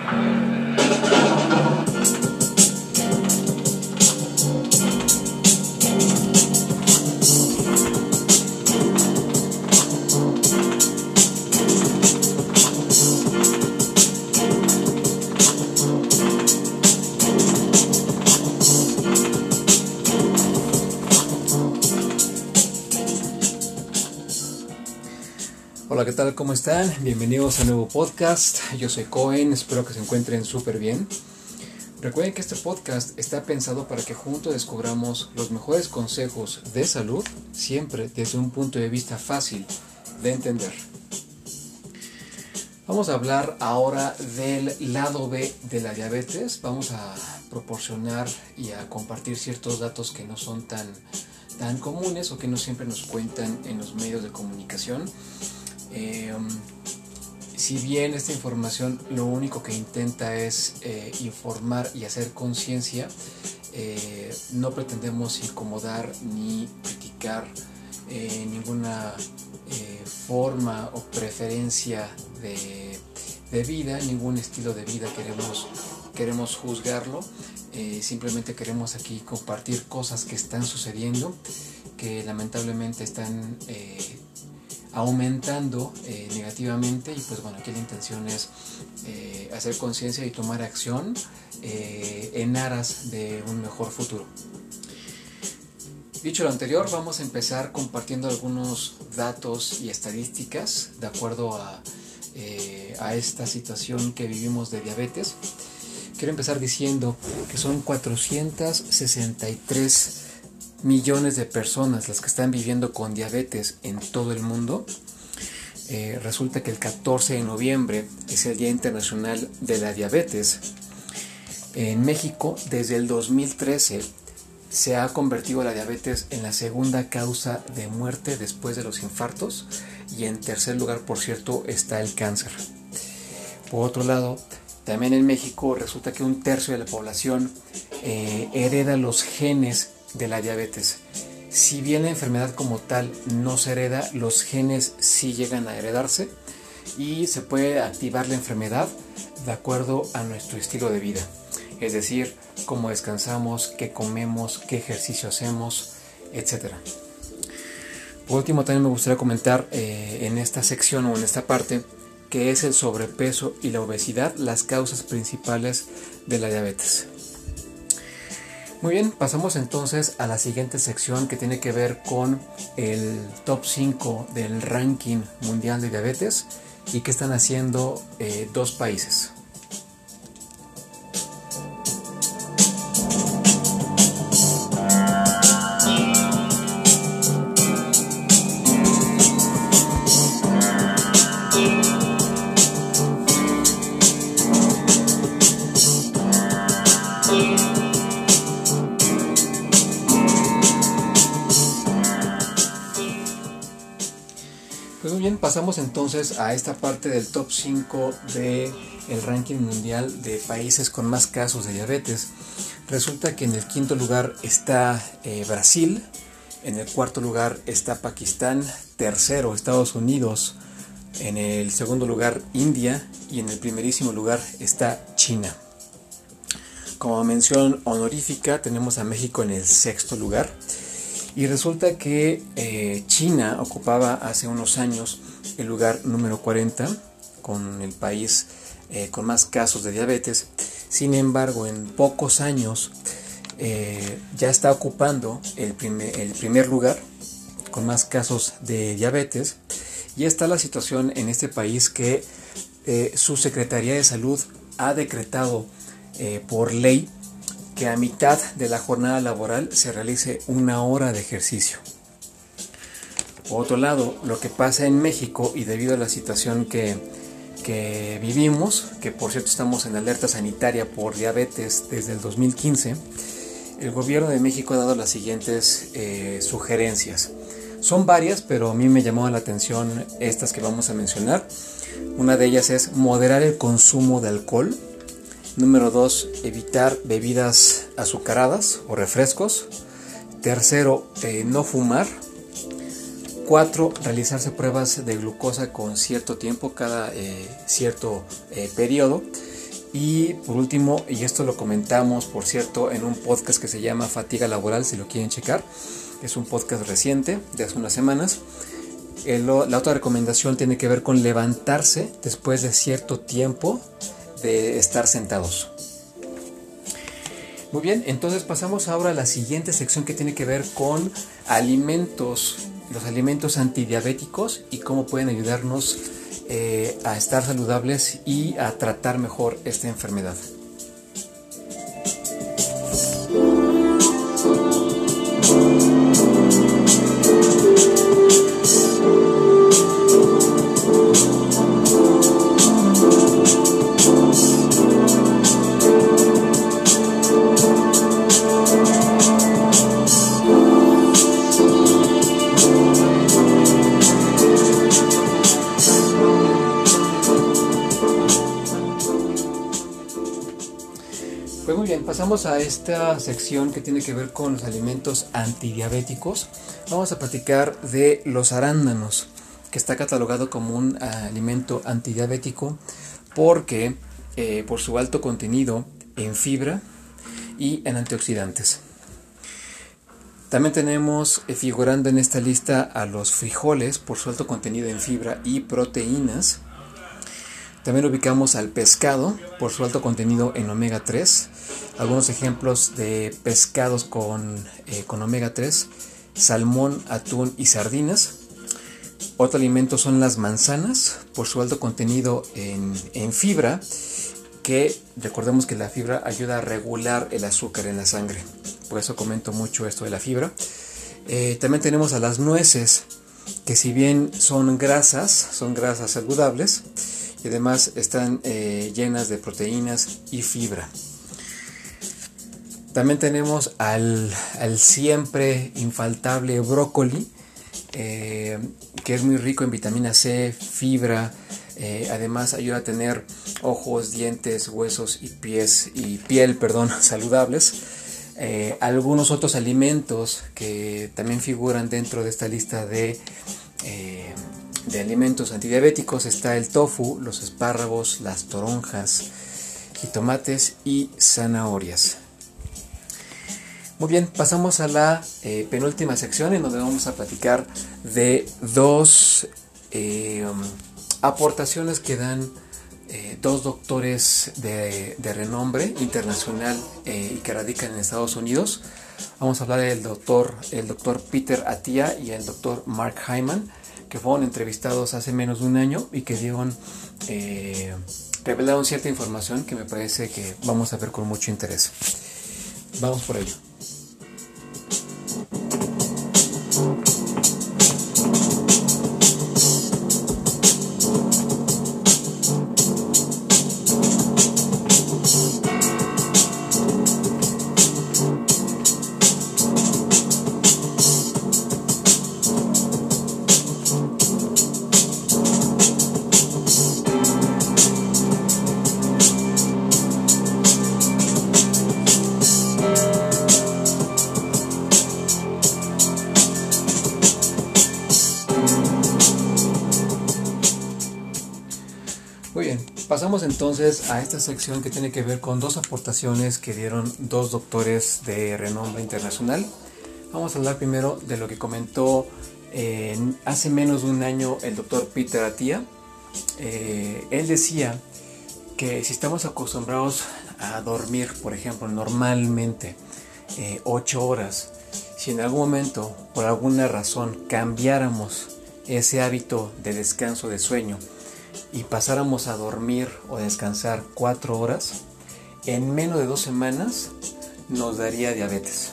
Hola, ¿qué tal? ¿Cómo están? Bienvenidos a un nuevo podcast. Yo soy Cohen, espero que se encuentren súper bien. Recuerden que este podcast está pensado para que juntos descubramos los mejores consejos de salud, siempre desde un punto de vista fácil de entender. Vamos a hablar ahora del lado B de la diabetes. Vamos a proporcionar y a compartir ciertos datos que no son tan comunes o que no siempre nos cuentan en los medios de comunicación. Si bien esta información lo único que intenta es informar y hacer conciencia, no pretendemos incomodar ni criticar ninguna forma o preferencia de vida, ningún estilo de vida queremos juzgarlo. Simplemente queremos aquí compartir cosas que están sucediendo, que lamentablemente están aumentando negativamente, y pues bueno, aquí la intención es hacer conciencia y tomar acción en aras de un mejor futuro. Dicho lo anterior, vamos a empezar compartiendo algunos datos y estadísticas de acuerdo a esta situación que vivimos de diabetes. Quiero empezar diciendo que son 463 millones de personas las que están viviendo con diabetes en todo el mundo. Resulta que el 14 de noviembre es el Día Internacional de la Diabetes. En México, desde el 2013, se ha convertido la diabetes en la segunda causa de muerte después de los infartos, y en tercer lugar, por cierto, está el cáncer. Por otro lado, también en México resulta que un tercio de la población hereda los genes de la diabetes. Si bien la enfermedad como tal no se hereda, los genes sí llegan a heredarse y se puede activar la enfermedad de acuerdo a nuestro estilo de vida, es decir, cómo descansamos, qué comemos, qué ejercicio hacemos, etc. Por último, también me gustaría comentar en esta sección o en esta parte que es el sobrepeso y la obesidad las causas principales de la diabetes. Muy bien, pasamos entonces a la siguiente sección, que tiene que ver con el top 5 del ranking mundial de diabetes y qué están haciendo dos países. Pues muy bien, pasamos entonces a esta parte del top 5 del ranking mundial de países con más casos de diabetes. Resulta que en el quinto lugar está Brasil, en el cuarto lugar está Pakistán, tercero Estados Unidos, en el segundo lugar India y en el primerísimo lugar está China. Como mención honorífica tenemos a México en el sexto lugar. Y resulta que China ocupaba hace unos años el lugar número 40 con el país con más casos de diabetes. Sin embargo, en pocos años ya está ocupando el primer lugar con más casos de diabetes. Y está la situación en este país que su Secretaría de Salud ha decretado por ley que a mitad de la jornada laboral se realice 1 hora de ejercicio. Por otro lado, lo que pasa en México, y debido a la situación que vivimos, que por cierto estamos en alerta sanitaria por diabetes desde el 2015, el gobierno de México ha dado las siguientes sugerencias. Son varias, pero a mí me llamó la atención estas que vamos a mencionar. Una de ellas es moderar el consumo de alcohol. Número 2, evitar bebidas azucaradas o refrescos. Tercero, no fumar. 4, realizarse pruebas de glucosa con cierto tiempo, cada cierto periodo. Y por último, y esto lo comentamos por cierto en un podcast que se llama Fatiga Laboral, si lo quieren checar, es un podcast reciente de hace unas semanas. La otra recomendación tiene que ver con levantarse después de cierto tiempo de estar sentados. Muy bien, entonces pasamos ahora a la siguiente sección que tiene que ver con alimentos, los alimentos antidiabéticos y cómo pueden ayudarnos a estar saludables y a tratar mejor esta enfermedad. Pues muy bien, pasamos a esta sección que tiene que ver con los alimentos antidiabéticos. Vamos a platicar de los arándanos, que está catalogado como un alimento antidiabético porque por su alto contenido en fibra y en antioxidantes. También tenemos figurando en esta lista a los frijoles por su alto contenido en fibra y proteínas. También ubicamos al pescado por su alto contenido en omega 3. Algunos ejemplos de pescados con omega 3, salmón, atún y sardinas. Otro alimento son las manzanas por su alto contenido en fibra, que recordemos que la fibra ayuda a regular el azúcar en la sangre. Por eso comento mucho esto de la fibra. También tenemos a las nueces, que si bien son grasas saludables, y además están llenas de proteínas y fibra. También tenemos al siempre infaltable brócoli, que es muy rico en vitamina C, fibra, además ayuda a tener ojos, dientes, huesos y piel saludables. Algunos otros alimentos que también figuran dentro de esta lista de alimentos antidiabéticos está el tofu, los espárragos, las toronjas, jitomates y zanahorias. Muy bien, pasamos a la penúltima sección en donde vamos a platicar de dos aportaciones que dan dos doctores de renombre internacional y que radican en Estados Unidos. Vamos a hablar del doctor Peter Attia y el doctor Mark Hyman, que fueron entrevistados hace menos de un año y que revelaron cierta información que me parece que vamos a ver con mucho interés. Vamos por ello. Muy bien, pasamos entonces a esta sección que tiene que ver con dos aportaciones que dieron dos doctores de renombre internacional. Vamos a hablar primero de lo que comentó hace menos de un año el doctor Peter Attia. Él decía que si estamos acostumbrados a dormir, por ejemplo, normalmente 8 horas, si en algún momento, por alguna razón, cambiáramos ese hábito de descanso de sueño y pasáramos a dormir o descansar 4 horas, en menos de 2 semanas nos daría diabetes.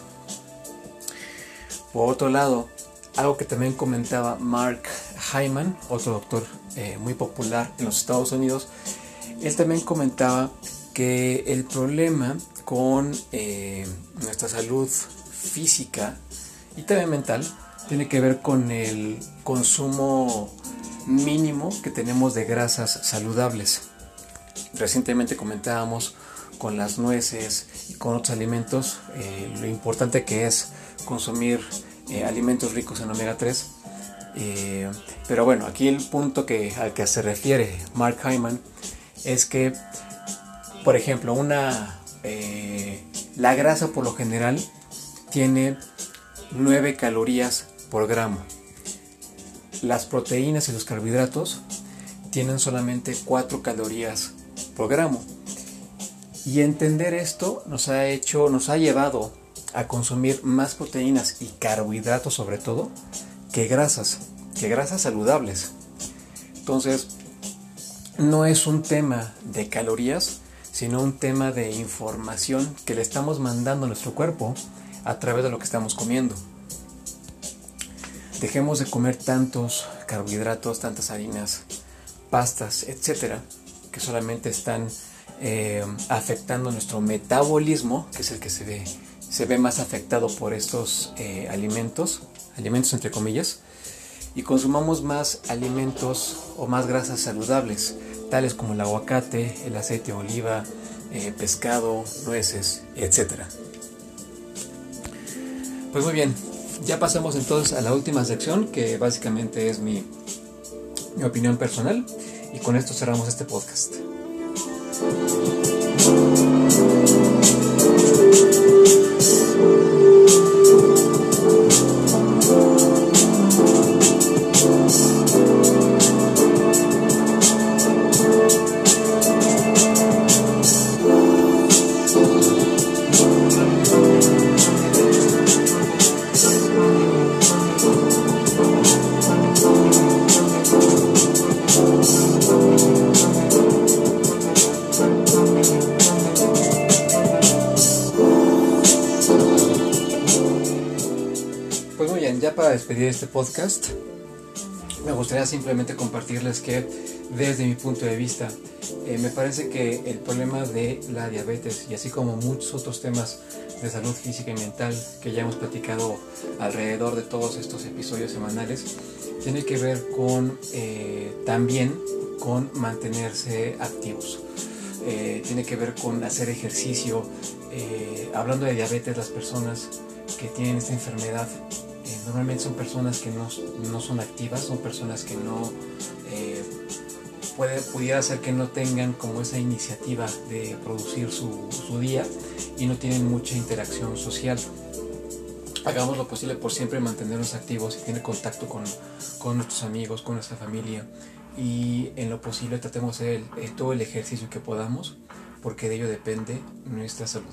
Por otro lado, algo que también comentaba Mark Hyman, otro doctor muy popular en los Estados Unidos, él también comentaba que el problema con nuestra salud física y también mental tiene que ver con el consumo mínimo que tenemos de grasas saludables. Recientemente comentábamos con las nueces y con otros alimentos lo importante que es consumir alimentos ricos en omega 3. Pero bueno, aquí el punto al que se refiere Mark Hyman es que Por ejemplo, la grasa por lo general tiene 9 calorías por gramo. Las proteínas y los carbohidratos tienen solamente 4 calorías por gramo. Y entender esto nos ha llevado a consumir más proteínas y carbohidratos sobre todo que grasas saludables. Entonces, no es un tema de calorías, sino un tema de información que le estamos mandando a nuestro cuerpo a través de lo que estamos comiendo. Dejemos de comer tantos carbohidratos, tantas harinas, pastas, etcétera, que solamente están afectando nuestro metabolismo, que es el que se ve más afectado por estos alimentos entre comillas, y consumamos más alimentos o más grasas saludables, tales como el aguacate, el aceite de oliva, pescado, nueces, etcétera. Pues muy bien, ya pasamos entonces a la última sección, que básicamente es mi opinión personal, y con esto cerramos este podcast. Pues muy bien, ya para despedir este podcast, me gustaría simplemente compartirles que desde mi punto de vista, me parece que el problema de la diabetes, y así como muchos otros temas de salud física y mental que ya hemos platicado alrededor de todos estos episodios semanales, tiene que ver con también con mantenerse activos. Tiene que ver con hacer ejercicio. Hablando de diabetes, las personas que tienen esta enfermedad normalmente son personas que no son activas, son personas que no pudiera ser que no tengan como esa iniciativa de producir su día y no tienen mucha interacción social. Hagamos lo posible por siempre mantenernos activos y tener contacto con nuestros amigos, con nuestra familia, y en lo posible tratemos de hacer todo el ejercicio que podamos, porque de ello depende nuestra salud.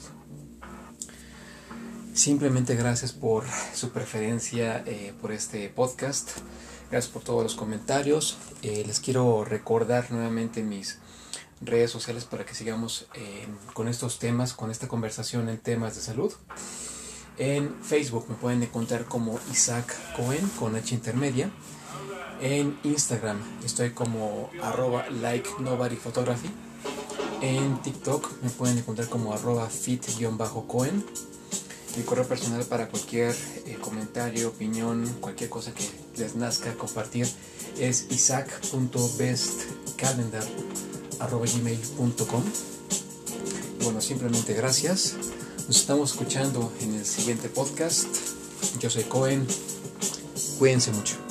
Simplemente gracias por su preferencia por este podcast. Gracias por todos los comentarios. Les quiero recordar nuevamente mis redes sociales para que sigamos con estos temas, con esta conversación en temas de salud. En Facebook me pueden encontrar como Isaac Cohen con H intermedia. En Instagram estoy como @likenobodyphotography. En TikTok me pueden encontrar como @fit_cohen. Mi correo personal para cualquier comentario, opinión, cualquier cosa que les nazca compartir es isaac.bestcalendar@gmail.com. Bueno, simplemente gracias. Nos estamos escuchando en el siguiente podcast. Yo soy Cohen. Cuídense mucho.